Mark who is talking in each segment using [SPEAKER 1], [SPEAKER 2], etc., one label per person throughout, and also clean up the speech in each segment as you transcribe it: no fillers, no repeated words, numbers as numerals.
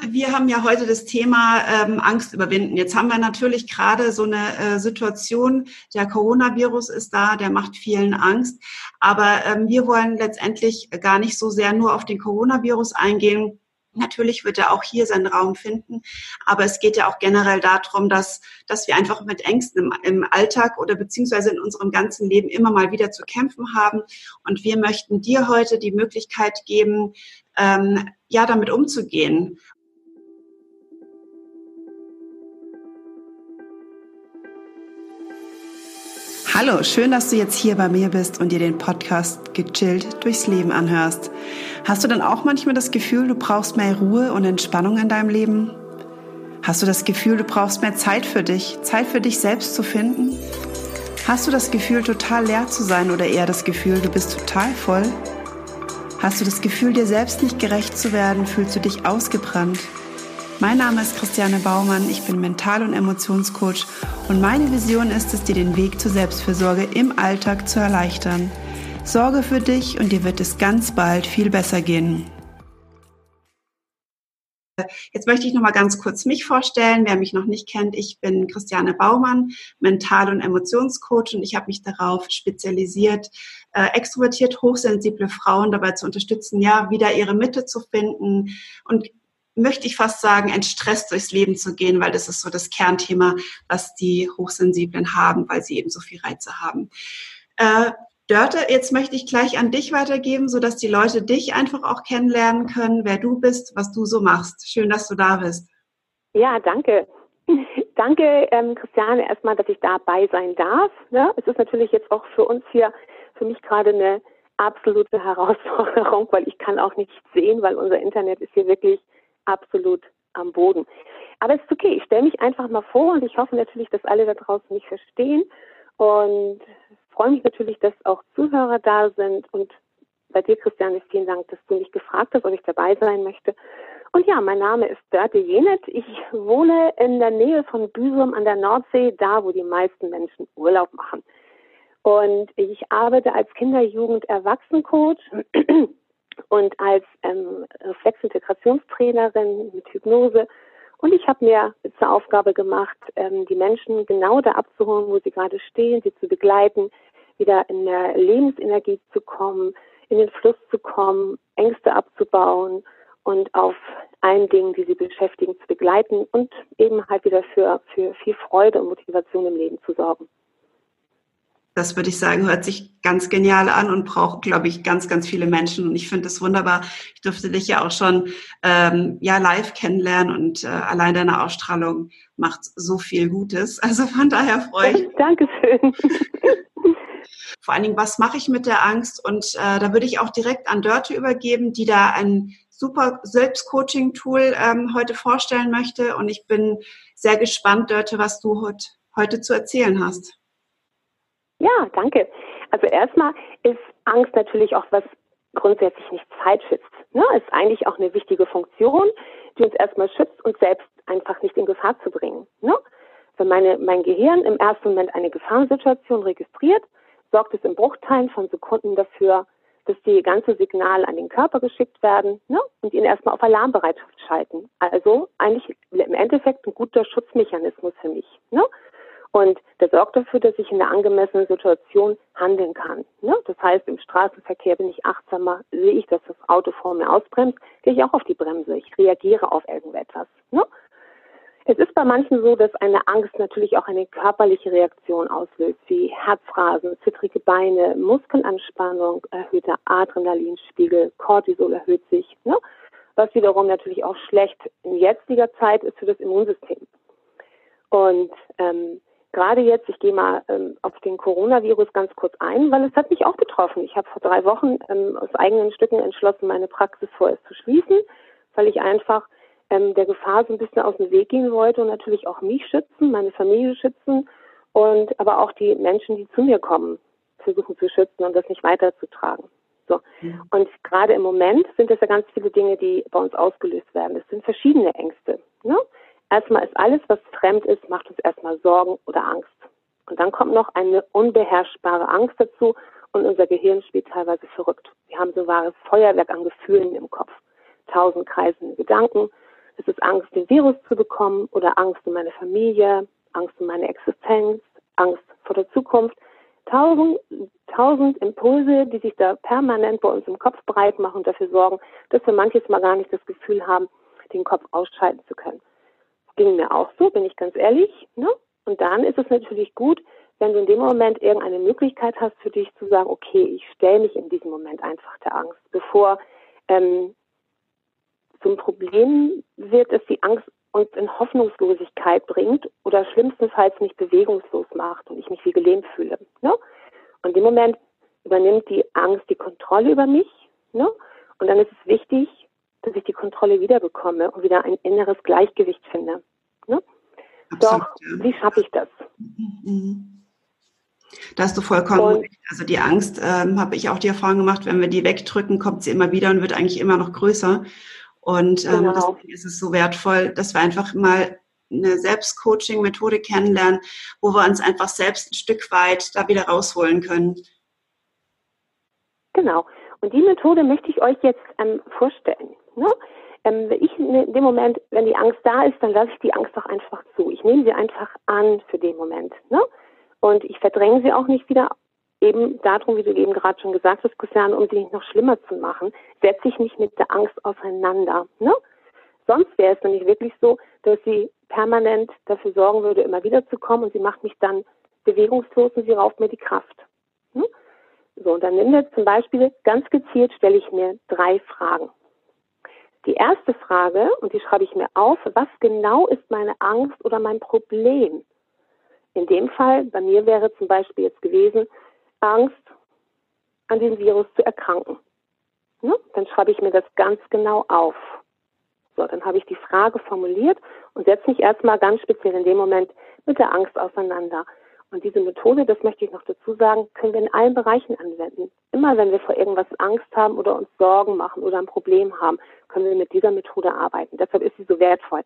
[SPEAKER 1] wir haben ja heute das Thema Angst überwinden. Jetzt haben wir natürlich gerade so eine Situation, der Coronavirus ist da, der macht vielen Angst. Aber wir wollen letztendlich gar nicht so sehr nur auf den Coronavirus eingehen. Natürlich wird er auch hier seinen Raum finden, aber es geht ja auch generell darum, dass wir einfach mit Ängsten im Alltag oder beziehungsweise in unserem ganzen Leben immer mal wieder zu kämpfen haben. Und wir möchten dir heute die Möglichkeit geben, damit umzugehen. Hallo, schön, dass du jetzt hier bei mir bist und dir den Podcast Gechillt durchs Leben anhörst. Hast du dann auch manchmal das Gefühl, du brauchst mehr Ruhe und Entspannung in deinem Leben? Hast du das Gefühl, du brauchst mehr Zeit für dich selbst zu finden? Hast du das Gefühl, total leer zu sein oder eher das Gefühl, du bist total voll? Hast du das Gefühl, dir selbst nicht gerecht zu werden? Fühlst du dich ausgebrannt? Mein Name ist Christiane Baumann, ich bin Mental- und Emotionscoach und meine Vision ist es, dir den Weg zur Selbstfürsorge im Alltag zu erleichtern. Sorge für dich und dir wird es ganz bald viel besser gehen. Jetzt möchte ich noch mal ganz kurz mich vorstellen, wer mich noch nicht kennt. Ich bin Christiane Baumann, Mental- und Emotionscoach und ich habe mich darauf spezialisiert, extrovertiert hochsensible Frauen dabei zu unterstützen, wieder ihre Mitte zu finden und möchte ich fast sagen, entstresst durchs Leben zu gehen, weil das ist so das Kernthema, was die Hochsensiblen haben, weil sie eben so viel Reize haben. Dörte, jetzt möchte ich gleich an dich weitergeben, sodass die Leute dich einfach auch kennenlernen können, wer du bist, was du so machst. Schön, dass du da bist.
[SPEAKER 2] Ja, danke. Danke, Christiane, erstmal, dass ich dabei sein darf. Ne? Es ist natürlich jetzt auch für uns hier, für mich gerade eine absolute Herausforderung, weil ich kann auch nichts sehen, weil unser Internet ist hier wirklich absolut am Boden. Aber es ist okay, ich stelle mich einfach mal vor und ich hoffe natürlich, dass alle da draußen mich verstehen und freue mich natürlich, dass auch Zuhörer da sind und bei dir, Christiane, vielen Dank, dass du mich gefragt hast, ob ich dabei sein möchte. Und ja, mein Name ist Dörte Jenet. Ich wohne in der Nähe von Büsum an der Nordsee, da wo die meisten Menschen Urlaub machen. Und ich arbeite als Kinder-, Jugend-, Erwachsenencoach und als Reflexintegrationstrainerin mit Hypnose. Und ich habe mir zur Aufgabe gemacht, die Menschen genau da abzuholen, wo sie gerade stehen, sie zu begleiten, wieder in der Lebensenergie zu kommen, in den Fluss zu kommen, Ängste abzubauen und auf allen Dingen, die sie beschäftigen, zu begleiten und eben halt wieder für viel Freude und Motivation im Leben zu sorgen.
[SPEAKER 1] Das würde ich sagen, hört sich ganz genial an und braucht, glaube ich, ganz, ganz viele Menschen. Und ich finde es wunderbar. Ich durfte dich ja auch schon live kennenlernen und allein deine Ausstrahlung macht so viel Gutes. Also von daher freue ich mich.
[SPEAKER 2] Dankeschön.
[SPEAKER 1] Vor allen Dingen, was mache ich mit der Angst? Und da würde ich auch direkt an Dörte übergeben, die da ein super Selbstcoaching-Tool heute vorstellen möchte. Und ich bin sehr gespannt, Dörte, was du heute zu erzählen hast.
[SPEAKER 2] Ja, danke. Also erstmal ist Angst natürlich auch was grundsätzlich nicht zeitschützt. Ne? Ist eigentlich auch eine wichtige Funktion, die uns erstmal schützt, uns selbst einfach nicht in Gefahr zu bringen. Ne? Wenn mein Gehirn im ersten Moment eine Gefahrensituation registriert, sorgt es in Bruchteilen von Sekunden dafür, dass die ganzen Signale an den Körper geschickt werden, ne? Und ihn erstmal auf Alarmbereitschaft schalten. Also eigentlich im Endeffekt ein guter Schutzmechanismus für mich. Ne? Und der sorgt dafür, dass ich in einer angemessenen Situation handeln kann. Ne? Das heißt, im Straßenverkehr bin ich achtsamer, sehe ich, dass das Auto vor mir ausbremst, gehe ich auch auf die Bremse. Ich reagiere auf irgendetwas. Ne? Es ist bei manchen so, dass eine Angst natürlich auch eine körperliche Reaktion auslöst, wie Herzrasen, zittrige Beine, Muskelanspannung, erhöhter Adrenalinspiegel, Cortisol erhöht sich, ne? Was wiederum natürlich auch schlecht in jetziger Zeit ist für das Immunsystem. Und gerade jetzt, ich gehe mal auf den Coronavirus ganz kurz ein, weil es hat mich auch betroffen. Ich habe vor 3 Wochen aus eigenen Stücken entschlossen, meine Praxis vorerst zu schließen, weil ich einfach der Gefahr so ein bisschen aus dem Weg gehen wollte und natürlich auch mich schützen, meine Familie schützen und aber auch die Menschen, die zu mir kommen, versuchen zu schützen und das nicht weiterzutragen. So. Und gerade im Moment sind es ja ganz viele Dinge, die bei uns ausgelöst werden. Es sind verschiedene Ängste. Ne? Erstmal ist alles, was fremd ist, macht uns erstmal Sorgen oder Angst. Und dann kommt noch eine unbeherrschbare Angst dazu und unser Gehirn spielt teilweise verrückt. Wir haben so ein wahres Feuerwerk an Gefühlen im Kopf. 1000 kreisende Gedanken. Das ist es Angst, den Virus zu bekommen oder Angst um meine Familie, Angst um meine Existenz, Angst vor der Zukunft. Tausend Impulse, die sich da permanent bei uns im Kopf breit machen und dafür sorgen, dass wir manches Mal gar nicht das Gefühl haben, den Kopf ausschalten zu können. Das ging mir auch so, bin ich ganz ehrlich. Ne? Und dann ist es natürlich gut, wenn du in dem Moment irgendeine Möglichkeit hast für dich zu sagen, okay, ich stelle mich in diesem Moment einfach der Angst, bevor zum Problem wird, dass die Angst uns in Hoffnungslosigkeit bringt oder schlimmstenfalls mich bewegungslos macht und ich mich wie gelähmt fühle. Ne? Und in dem Moment übernimmt die Angst die Kontrolle über mich. Ne? Und dann ist es wichtig, dass ich die Kontrolle wiederbekomme und wieder ein inneres Gleichgewicht finde. Ne?
[SPEAKER 1] Absolut,
[SPEAKER 2] Doch,
[SPEAKER 1] ja.
[SPEAKER 2] wie schaffe ich das?
[SPEAKER 1] Da hast du vollkommen recht. Also die Angst, habe ich auch die Erfahrung gemacht, wenn wir die wegdrücken, kommt sie immer wieder und wird eigentlich immer noch größer. Und
[SPEAKER 2] Genau.
[SPEAKER 1] deswegen ist es so wertvoll, dass wir einfach mal eine Selbstcoaching-Methode kennenlernen, wo wir uns einfach selbst ein Stück weit da wieder rausholen können.
[SPEAKER 2] Genau. Und die Methode möchte ich euch jetzt vorstellen. Ne? In dem Moment, wenn die Angst da ist, dann lasse ich die Angst doch einfach zu. Ich nehme sie einfach an für den Moment. Ne? Und ich verdränge sie auch nicht wieder. Eben darum, wie du eben gerade schon gesagt hast, Christiane, um sie nicht noch schlimmer zu machen, setze ich mich mit der Angst auseinander. Ne? Sonst wäre es nämlich wirklich so, dass sie permanent dafür sorgen würde, immer wieder zu kommen und sie macht mich dann bewegungslos und sie raubt mir die Kraft. Ne? So, und dann nehmen wir zum Beispiel, ganz gezielt stelle ich mir 3 Fragen. Die erste Frage, und die schreibe ich mir auf, was genau ist meine Angst oder mein Problem? In dem Fall, bei mir wäre zum Beispiel jetzt gewesen, Angst, an diesem Virus zu erkranken. Ne? Dann schreibe ich mir das ganz genau auf. So, dann habe ich die Frage formuliert und setze mich erstmal ganz speziell in dem Moment mit der Angst auseinander. Und diese Methode, das möchte ich noch dazu sagen, können wir in allen Bereichen anwenden. Immer wenn wir vor irgendwas Angst haben oder uns Sorgen machen oder ein Problem haben, können wir mit dieser Methode arbeiten. Deshalb ist sie so wertvoll.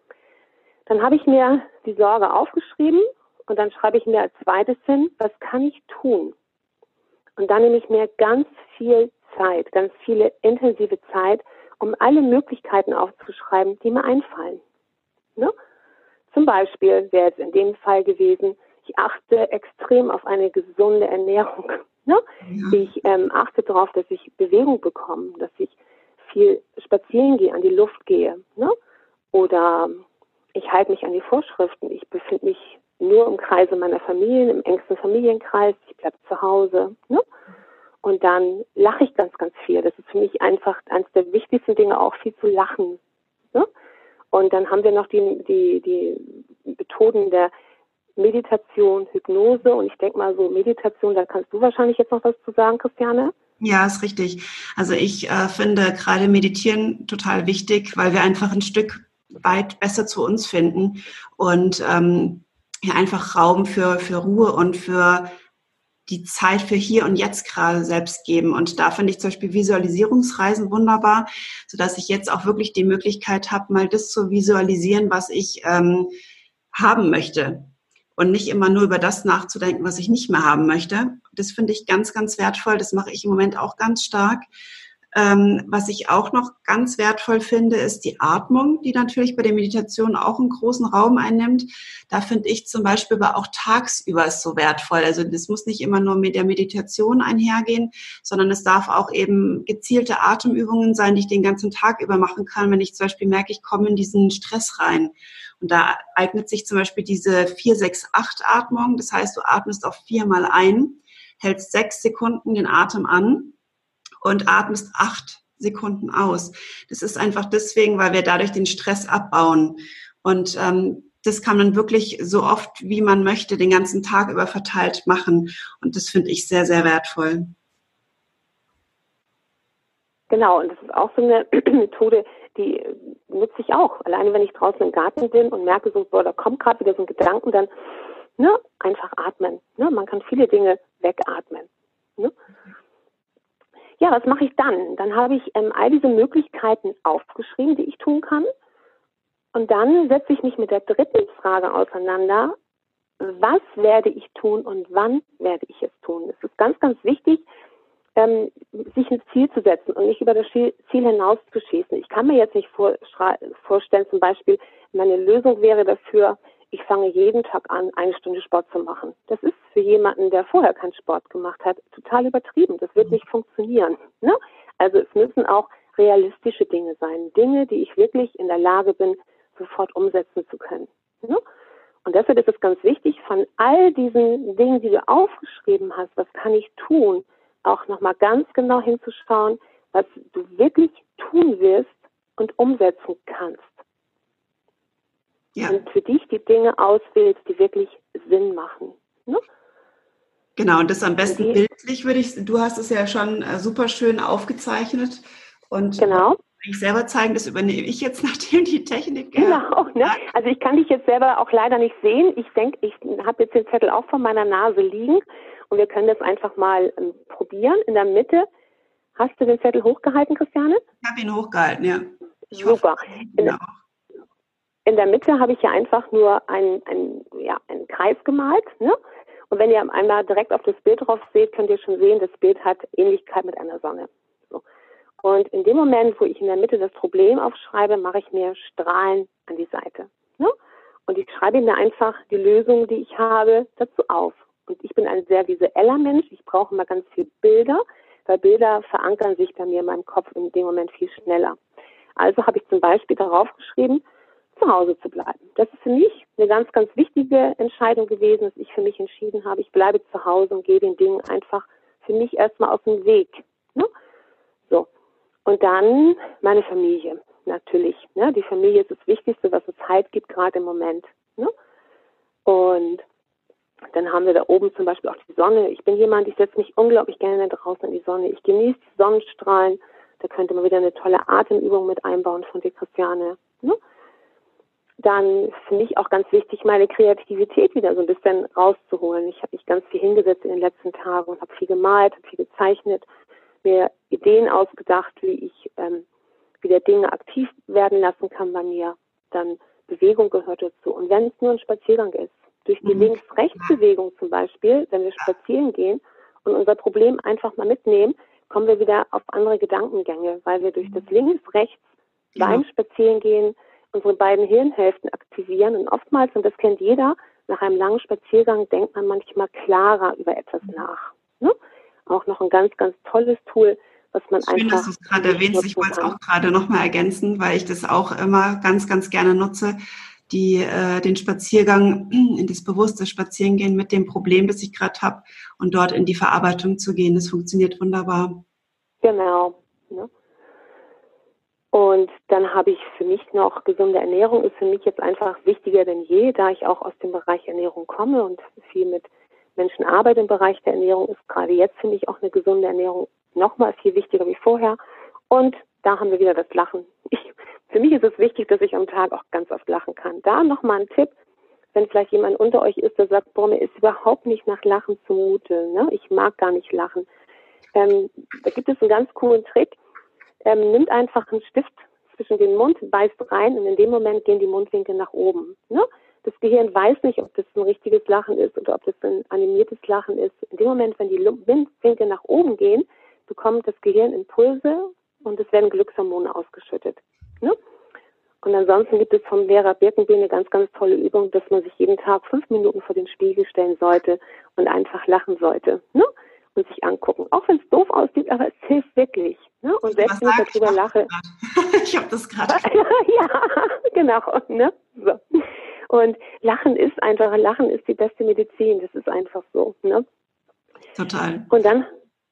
[SPEAKER 2] Dann habe ich mir die Sorge aufgeschrieben und dann schreibe ich mir als zweites hin, was kann ich tun? Und dann nehme ich mir ganz viel Zeit, ganz viele intensive Zeit, um alle Möglichkeiten aufzuschreiben, die mir einfallen. Ne? Zum Beispiel wäre es in dem Fall gewesen, ich achte extrem auf eine gesunde Ernährung. Ne? Ja. Ich achte darauf, dass ich Bewegung bekomme, dass ich viel spazieren gehe, an die Luft gehe. Ne? Oder ich halte mich an die Vorschriften. Ich befinde mich nur im Kreise meiner Familien, im engsten Familienkreis. Ich bleibe zu Hause. Ne? Und dann lache ich ganz, ganz viel. Das ist für mich einfach eines der wichtigsten Dinge, auch viel zu lachen. Ne? Und dann haben wir noch die Methoden der Meditation, Hypnose. Und ich denke mal so Meditation, da kannst du wahrscheinlich jetzt noch was zu sagen, Christiane?
[SPEAKER 1] Ja, ist richtig. Also ich finde gerade Meditieren total wichtig, weil wir einfach ein Stück weit besser zu uns finden und ja, einfach Raum für Ruhe und für die Zeit für hier und jetzt gerade selbst geben. Und da finde ich zum Beispiel Visualisierungsreisen wunderbar, sodass ich jetzt auch wirklich die Möglichkeit habe, mal das zu visualisieren, was ich haben möchte. Und nicht immer nur über das nachzudenken, was ich nicht mehr haben möchte. Das finde ich ganz, ganz wertvoll. Das mache ich im Moment auch ganz stark. Was ich auch noch ganz wertvoll finde, ist die Atmung, die natürlich bei der Meditation auch einen großen Raum einnimmt. Da finde ich zum Beispiel aber auch tagsüber ist so wertvoll. Also das muss nicht immer nur mit der Meditation einhergehen, sondern es darf auch eben gezielte Atemübungen sein, die ich den ganzen Tag über machen kann, wenn ich zum Beispiel merke, ich komme in diesen Stress rein. Und da eignet sich zum Beispiel diese 4-6-8-Atmung. Das heißt, du atmest auf 4 Mal ein, hältst 6 Sekunden den Atem an und atmest 8 Sekunden aus. Das ist einfach deswegen, weil wir dadurch den Stress abbauen. Und das kann man wirklich so oft, wie man möchte, den ganzen Tag über verteilt machen. Und das finde ich sehr, sehr wertvoll.
[SPEAKER 2] Genau, und das ist auch so eine Methode, die nutze ich auch. Alleine wenn ich draußen im Garten bin und merke so, boah, da kommt gerade wieder so ein Gedanken, dann einfach atmen. Ne? Man kann viele Dinge wegatmen. Ne? Ja, was mache ich dann? Dann habe ich all diese Möglichkeiten aufgeschrieben, die ich tun kann. Und dann setze ich mich mit der dritten Frage auseinander. Was werde ich tun und wann werde ich es tun? Es ist ganz, ganz wichtig, sich ein Ziel zu setzen und nicht über das Ziel hinaus zu schießen. Ich kann mir jetzt nicht vorstellen, zum Beispiel, meine Lösung wäre dafür, ich fange jeden Tag an, 1 Stunde Sport zu machen. Das ist für jemanden, der vorher keinen Sport gemacht hat, total übertrieben. Das wird nicht funktionieren. Ne? Also es müssen auch realistische Dinge sein. Dinge, die ich wirklich in der Lage bin, sofort umsetzen zu können. Ne? Und deshalb ist es ganz wichtig, von all diesen Dingen, die du aufgeschrieben hast, was kann ich tun, auch nochmal ganz genau hinzuschauen, was du wirklich tun wirst und umsetzen kannst. Ja. Und für dich die Dinge auswählst, die wirklich Sinn machen. Ne?
[SPEAKER 1] Genau, und das am besten bildlich du hast es ja schon super schön aufgezeichnet und
[SPEAKER 2] genau.
[SPEAKER 1] Ich selber zeigen, das übernehme ich jetzt, nachdem die Technik...
[SPEAKER 2] Genau, ne? Also ich kann dich jetzt selber auch leider nicht sehen. Ich denke, ich habe jetzt den Zettel auch vor meiner Nase liegen und wir können das einfach mal probieren. In der Mitte, hast du den Zettel hochgehalten, Christiane?
[SPEAKER 1] Ich habe ihn hochgehalten, ja.
[SPEAKER 2] Super. In der Mitte habe ich ja einfach nur einen Kreis gemalt, ne? Und wenn ihr einmal direkt auf das Bild drauf seht, könnt ihr schon sehen, das Bild hat Ähnlichkeit mit einer Sonne. So. Und in dem Moment, wo ich in der Mitte das Problem aufschreibe, mache ich mir Strahlen an die Seite. Ne? Und ich schreibe mir einfach die Lösung, die ich habe, dazu auf. Und ich bin ein sehr visueller Mensch. Ich brauche immer ganz viele Bilder, weil Bilder verankern sich bei mir in meinem Kopf in dem Moment viel schneller. Also habe ich zum Beispiel darauf geschrieben, zu Hause zu bleiben. Das ist für mich eine ganz, ganz wichtige Entscheidung gewesen, dass ich für mich entschieden habe, ich bleibe zu Hause und gehe den Dingen einfach für mich erstmal aus dem Weg. Ne? So. Und dann meine Familie, natürlich. Ne? Die Familie ist das Wichtigste, was es halt gibt, gerade im Moment. Ne? Und dann haben wir da oben zum Beispiel auch die Sonne. Ich bin jemand, ich setze mich unglaublich gerne draußen in die Sonne. Ich genieße die Sonnenstrahlen. Da könnte man wieder eine tolle Atemübung mit einbauen von dir, Christiane. Ne? Dann für mich auch ganz wichtig, meine Kreativität wieder so ein bisschen rauszuholen. Ich habe mich ganz viel hingesetzt in den letzten Tagen und habe viel gemalt, habe viel gezeichnet, mir Ideen ausgedacht, wie ich wieder Dinge aktiv werden lassen kann bei mir. Dann Bewegung gehört dazu. Und wenn es nur ein Spaziergang ist, durch die Links-Rechts-Bewegung zum Beispiel, wenn wir spazieren gehen und unser Problem einfach mal mitnehmen, kommen wir wieder auf andere Gedankengänge, weil wir durch das Links-Rechts beim Spazierengehen unsere beiden Hirnhälften aktivieren. Und oftmals, und das kennt jeder, nach einem langen Spaziergang denkt man manchmal klarer über etwas nach. Ne? Auch noch ein ganz, ganz tolles Tool, was man
[SPEAKER 1] Schön,
[SPEAKER 2] einfach...
[SPEAKER 1] dass du es gerade erwähnst. Ich wollte es auch gerade nochmal ergänzen, weil ich das auch immer ganz, ganz gerne nutze, den Spaziergang, in das bewusste Spazierengehen mit dem Problem, das ich gerade habe und dort in die Verarbeitung zu gehen. Das funktioniert wunderbar.
[SPEAKER 2] Genau. Ne? Und dann habe ich für mich noch, gesunde Ernährung ist für mich jetzt einfach wichtiger denn je, da ich auch aus dem Bereich Ernährung komme und viel mit Menschen arbeite im Bereich der Ernährung, ist gerade jetzt für mich auch eine gesunde Ernährung nochmal viel wichtiger wie vorher. Und da haben wir wieder das Lachen. Für mich ist es wichtig, dass ich am Tag auch ganz oft lachen kann. Da nochmal ein Tipp, wenn vielleicht jemand unter euch ist, der sagt, boah, mir ist überhaupt nicht nach Lachen zumute, ne? Ich mag gar nicht lachen. Da gibt es einen ganz coolen Trick. Nimmt einfach einen Stift zwischen den Mund, beißt rein und in dem Moment gehen die Mundwinkel nach oben. Ne? Das Gehirn weiß nicht, ob das ein richtiges Lachen ist oder ob das ein animiertes Lachen ist. In dem Moment, wenn die Mundwinkel nach oben gehen, bekommt das Gehirn Impulse und es werden Glückshormone ausgeschüttet. Ne? Und ansonsten gibt es vom Vera Birkenbier eine ganz, ganz tolle Übung, dass man sich jeden Tag 5 Minuten vor den Spiegel stellen sollte und einfach lachen sollte. Ne? Und sich angucken. Auch wenn es doof aussieht, aber es hilft wirklich. Ne? Und selbst wenn ich darüber lache.
[SPEAKER 1] Ich habe das gerade.
[SPEAKER 2] Ja, genau. Ne? So. Und Lachen ist die beste Medizin. Das ist einfach so. Ne?
[SPEAKER 1] Total.
[SPEAKER 2] Und dann,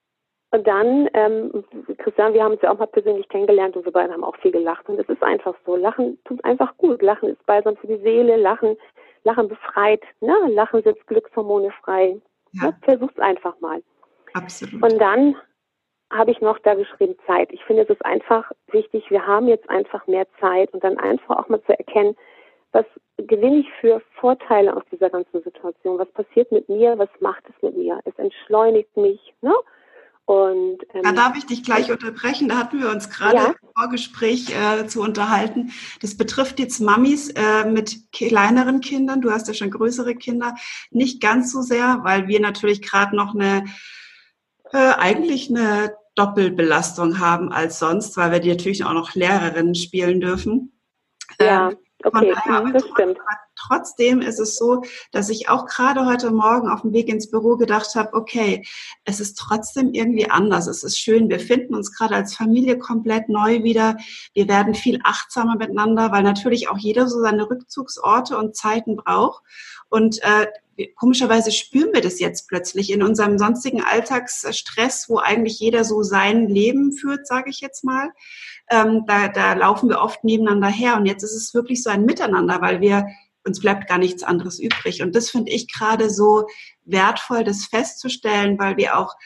[SPEAKER 2] Christian, wir haben uns ja auch mal persönlich kennengelernt und wir beide haben auch viel gelacht. Und es ist einfach so. Lachen tut einfach gut. Lachen ist balsam für die Seele. Lachen befreit. Ne? Lachen setzt Glückshormone frei. Ja. Ne? Versuch's einfach mal.
[SPEAKER 1] Absolut.
[SPEAKER 2] Und dann habe ich noch da geschrieben Zeit. Ich finde, es ist einfach wichtig, wir haben jetzt einfach mehr Zeit und dann einfach auch mal zu erkennen, was gewinne ich für Vorteile aus dieser ganzen Situation? Was passiert mit mir? Was macht es mit mir? Es entschleunigt mich. Ne? Und,
[SPEAKER 1] da darf ich dich gleich unterbrechen. Da hatten wir uns gerade im Vorgespräch zu unterhalten. Das betrifft jetzt Mamis mit kleineren Kindern. Du hast ja schon größere Kinder. Nicht ganz so sehr, weil wir natürlich gerade noch eine Eigentlich eine Doppelbelastung haben als sonst, weil wir die natürlich auch noch Lehrerinnen spielen dürfen.
[SPEAKER 2] Ja, okay, das stimmt.
[SPEAKER 1] Trotzdem ist es so, dass ich auch gerade heute Morgen auf dem Weg ins Büro gedacht habe, okay, es ist trotzdem irgendwie anders. Es ist schön, wir finden uns gerade als Familie komplett neu wieder. Wir werden viel achtsamer miteinander, weil natürlich auch jeder so seine Rückzugsorte und Zeiten braucht. Und komischerweise spüren wir das jetzt plötzlich in unserem sonstigen Alltagsstress, wo eigentlich jeder so sein Leben führt, sage ich jetzt mal. Da laufen wir oft nebeneinander her und jetzt ist es wirklich so ein Miteinander, weil uns bleibt gar nichts anderes übrig. Und das finde ich gerade so wertvoll, das festzustellen, weil wir auch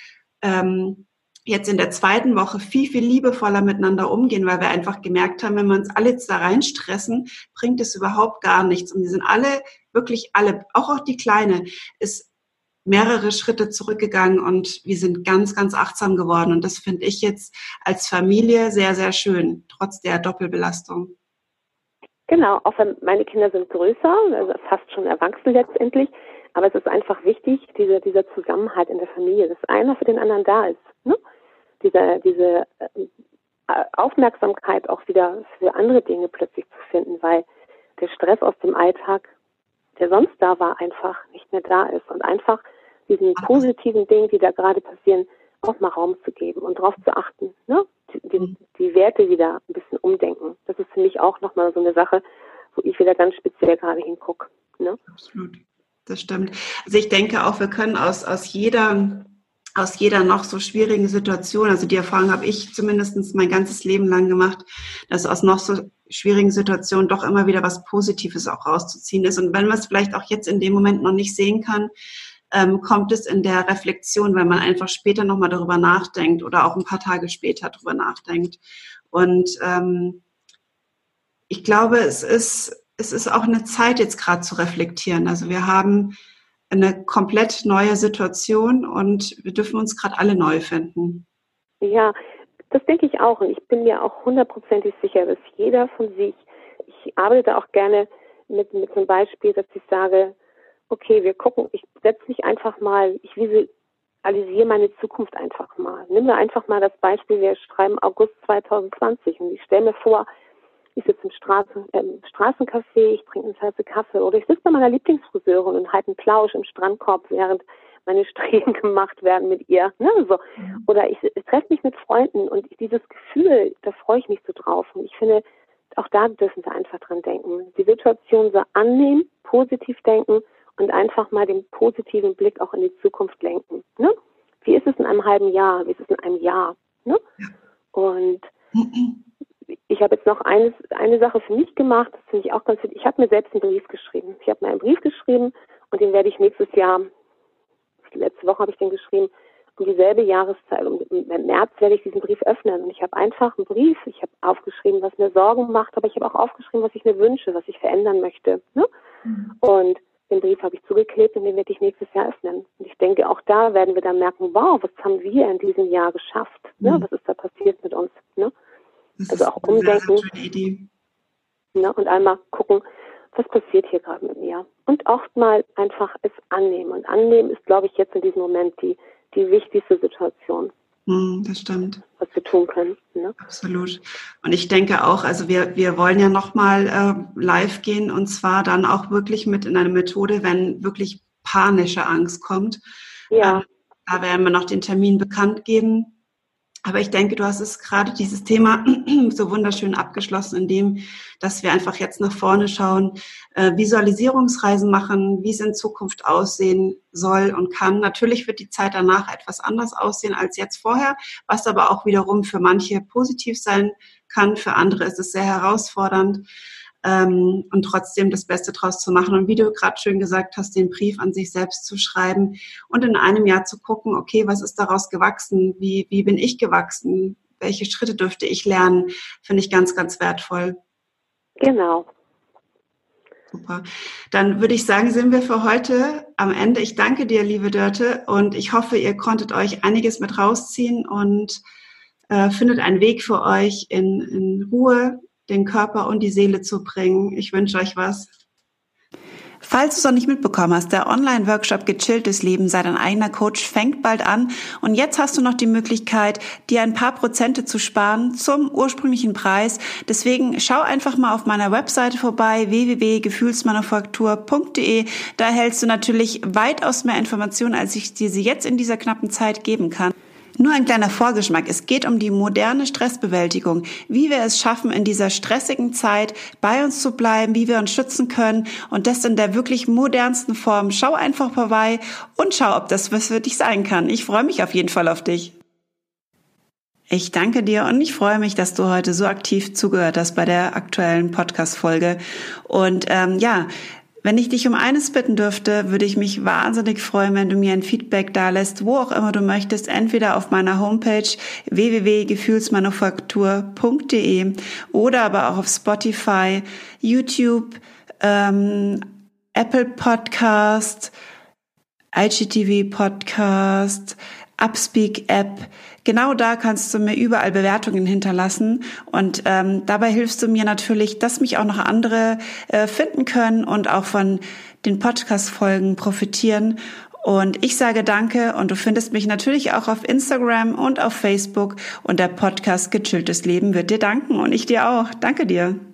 [SPEAKER 1] jetzt in der zweiten Woche viel, viel liebevoller miteinander umgehen, weil wir einfach gemerkt haben, wenn wir uns alle jetzt da reinstressen, bringt es überhaupt gar nichts. Und wir sind alle, wirklich alle, auch die Kleine, ist mehrere Schritte zurückgegangen und wir sind ganz, ganz achtsam geworden. Und das finde ich jetzt als Familie sehr, sehr schön, trotz der Doppelbelastung.
[SPEAKER 2] Genau, auch wenn meine Kinder sind größer, also fast schon erwachsen letztendlich, aber es ist einfach wichtig, dieser Zusammenhalt in der Familie, dass einer für den anderen da ist. Ne? Diese Aufmerksamkeit auch wieder für andere Dinge plötzlich zu finden, weil der Stress aus dem Alltag, der sonst da war, einfach nicht mehr da ist und einfach diesen positiven Dingen, die da gerade passieren, auch mal Raum zu geben und darauf zu achten, ne? Die Werte wieder ein bisschen umdenken. Das ist für mich auch nochmal so eine Sache, wo ich wieder ganz speziell gerade hingucke. Ne?
[SPEAKER 1] Absolut, das stimmt. Also ich denke auch, wir können aus jeder noch so schwierigen Situation, also die Erfahrung habe ich zumindest mein ganzes Leben lang gemacht, dass aus noch so schwierigen Situationen doch immer wieder was Positives auch rauszuziehen ist. Und wenn man es vielleicht auch jetzt in dem Moment noch nicht sehen kann, kommt es in der Reflexion, weil man einfach später nochmal darüber nachdenkt oder auch ein paar Tage später darüber nachdenkt. Und ich glaube, es ist auch eine Zeit, jetzt gerade zu reflektieren. Also wir haben eine komplett neue Situation und wir dürfen uns gerade alle neu finden.
[SPEAKER 2] Ja, das denke ich auch. Und ich bin mir auch hundertprozentig sicher, dass jeder von sich, ich arbeite auch gerne mit einem Beispiel, dass ich sage, okay, wir gucken, ich setze mich einfach mal, ich visualisiere meine Zukunft einfach mal. Nimm mir einfach mal das Beispiel, wir schreiben August 2020 und ich stelle mir vor, ich sitze im Straßencafé, ich trinke eine Tasse Kaffee oder ich sitze bei meiner Lieblingsfriseurin und halte einen Plausch im Strandkorb, während meine Strähnen gemacht werden mit ihr. Ne? So. Oder ich treffe mich mit Freunden und dieses Gefühl, da freue ich mich so drauf. Und ich finde, auch da dürfen wir einfach dran denken. Die Situation so annehmen, positiv denken und einfach mal den positiven Blick auch in die Zukunft lenken. Ne? Wie ist es in einem halben Jahr? Wie ist es in einem Jahr? Ne? Und ich habe jetzt noch eine Sache für mich gemacht, das finde ich auch ganz wichtig. Ich habe mir selbst einen Brief geschrieben. Ich habe mir einen Brief geschrieben und den werde ich nächstes Jahr, letzte Woche habe ich den geschrieben, um dieselbe Jahreszeit, im März werde ich diesen Brief öffnen. Und ich habe einfach einen Brief, ich habe aufgeschrieben, was mir Sorgen macht, aber ich habe auch aufgeschrieben, was ich mir wünsche, was ich verändern möchte. Ne? Und den Brief habe ich zugeklebt und den werde ich nächstes Jahr öffnen. Und ich denke, auch da werden wir dann merken, wow, was haben wir in diesem Jahr geschafft? Ne? Was ist da passiert mit uns? Ne? Also auch umdenken.
[SPEAKER 1] Sehr schöne Idee.
[SPEAKER 2] Ne? Und einmal gucken, was passiert hier gerade mit mir? Und oft mal einfach es annehmen. Und annehmen ist, glaube ich, jetzt in diesem Moment die wichtigste Situation.
[SPEAKER 1] Das stimmt.
[SPEAKER 2] Was wir tun können. Ne?
[SPEAKER 1] Absolut. Und ich denke auch, also wir wollen ja nochmal live gehen und zwar dann auch wirklich mit in eine Methode, wenn wirklich panische Angst kommt.
[SPEAKER 2] Ja.
[SPEAKER 1] Da werden wir noch den Termin bekannt geben. Aber ich denke, du hast es gerade dieses Thema so wunderschön abgeschlossen, indem, dass wir einfach jetzt nach vorne schauen, Visualisierungsreisen machen, wie es in Zukunft aussehen soll und kann. Natürlich wird die Zeit danach etwas anders aussehen als jetzt vorher, was aber auch wiederum für manche positiv sein kann. Für andere ist es sehr herausfordernd. Und trotzdem das Beste draus zu machen. Und wie du gerade schön gesagt hast, den Brief an sich selbst zu schreiben und in einem Jahr zu gucken, okay, was ist daraus gewachsen? Wie bin ich gewachsen? Welche Schritte dürfte ich lernen? Finde ich ganz, ganz wertvoll.
[SPEAKER 2] Genau.
[SPEAKER 1] Super. Dann würde ich sagen, sind wir für heute am Ende. Ich danke dir, liebe Dörte, und ich hoffe, ihr konntet euch einiges mit rausziehen und findet einen Weg für euch in Ruhe, den Körper und die Seele zu bringen. Ich wünsche euch was. Falls du es noch nicht mitbekommen hast, der Online-Workshop Gechilltes Leben, sei dein eigener Coach, fängt bald an. Und jetzt hast du noch die Möglichkeit, dir ein paar Prozente zu sparen zum ursprünglichen Preis. Deswegen schau einfach mal auf meiner Webseite vorbei, www.gefühlsmanufaktur.de. Da erhältst du natürlich weitaus mehr Informationen, als ich dir sie jetzt in dieser knappen Zeit geben kann. Nur ein kleiner Vorgeschmack. Es geht um die moderne Stressbewältigung, wie wir es schaffen, in dieser stressigen Zeit bei uns zu bleiben, wie wir uns schützen können und das in der wirklich modernsten Form. Schau einfach vorbei und schau, ob das was für dich sein kann. Ich freue mich auf jeden Fall auf dich. Ich danke dir und ich freue mich, dass du heute so aktiv zugehört hast bei der aktuellen Podcast-Folge. Und wenn ich dich um eines bitten dürfte, würde ich mich wahnsinnig freuen, wenn du mir ein Feedback dalässt, wo auch immer du möchtest, entweder auf meiner Homepage www.gefühlsmanufaktur.de oder aber auch auf Spotify, YouTube, Apple Podcast, IGTV Podcast, Upspeak App. Genau da kannst du mir überall Bewertungen hinterlassen und dabei hilfst du mir natürlich, dass mich auch noch andere finden können und auch von den Podcast-Folgen profitieren. Und ich sage danke und du findest mich natürlich auch auf Instagram und auf Facebook und der Podcast Gechilltes Leben wird dir danken und ich dir auch. Danke dir.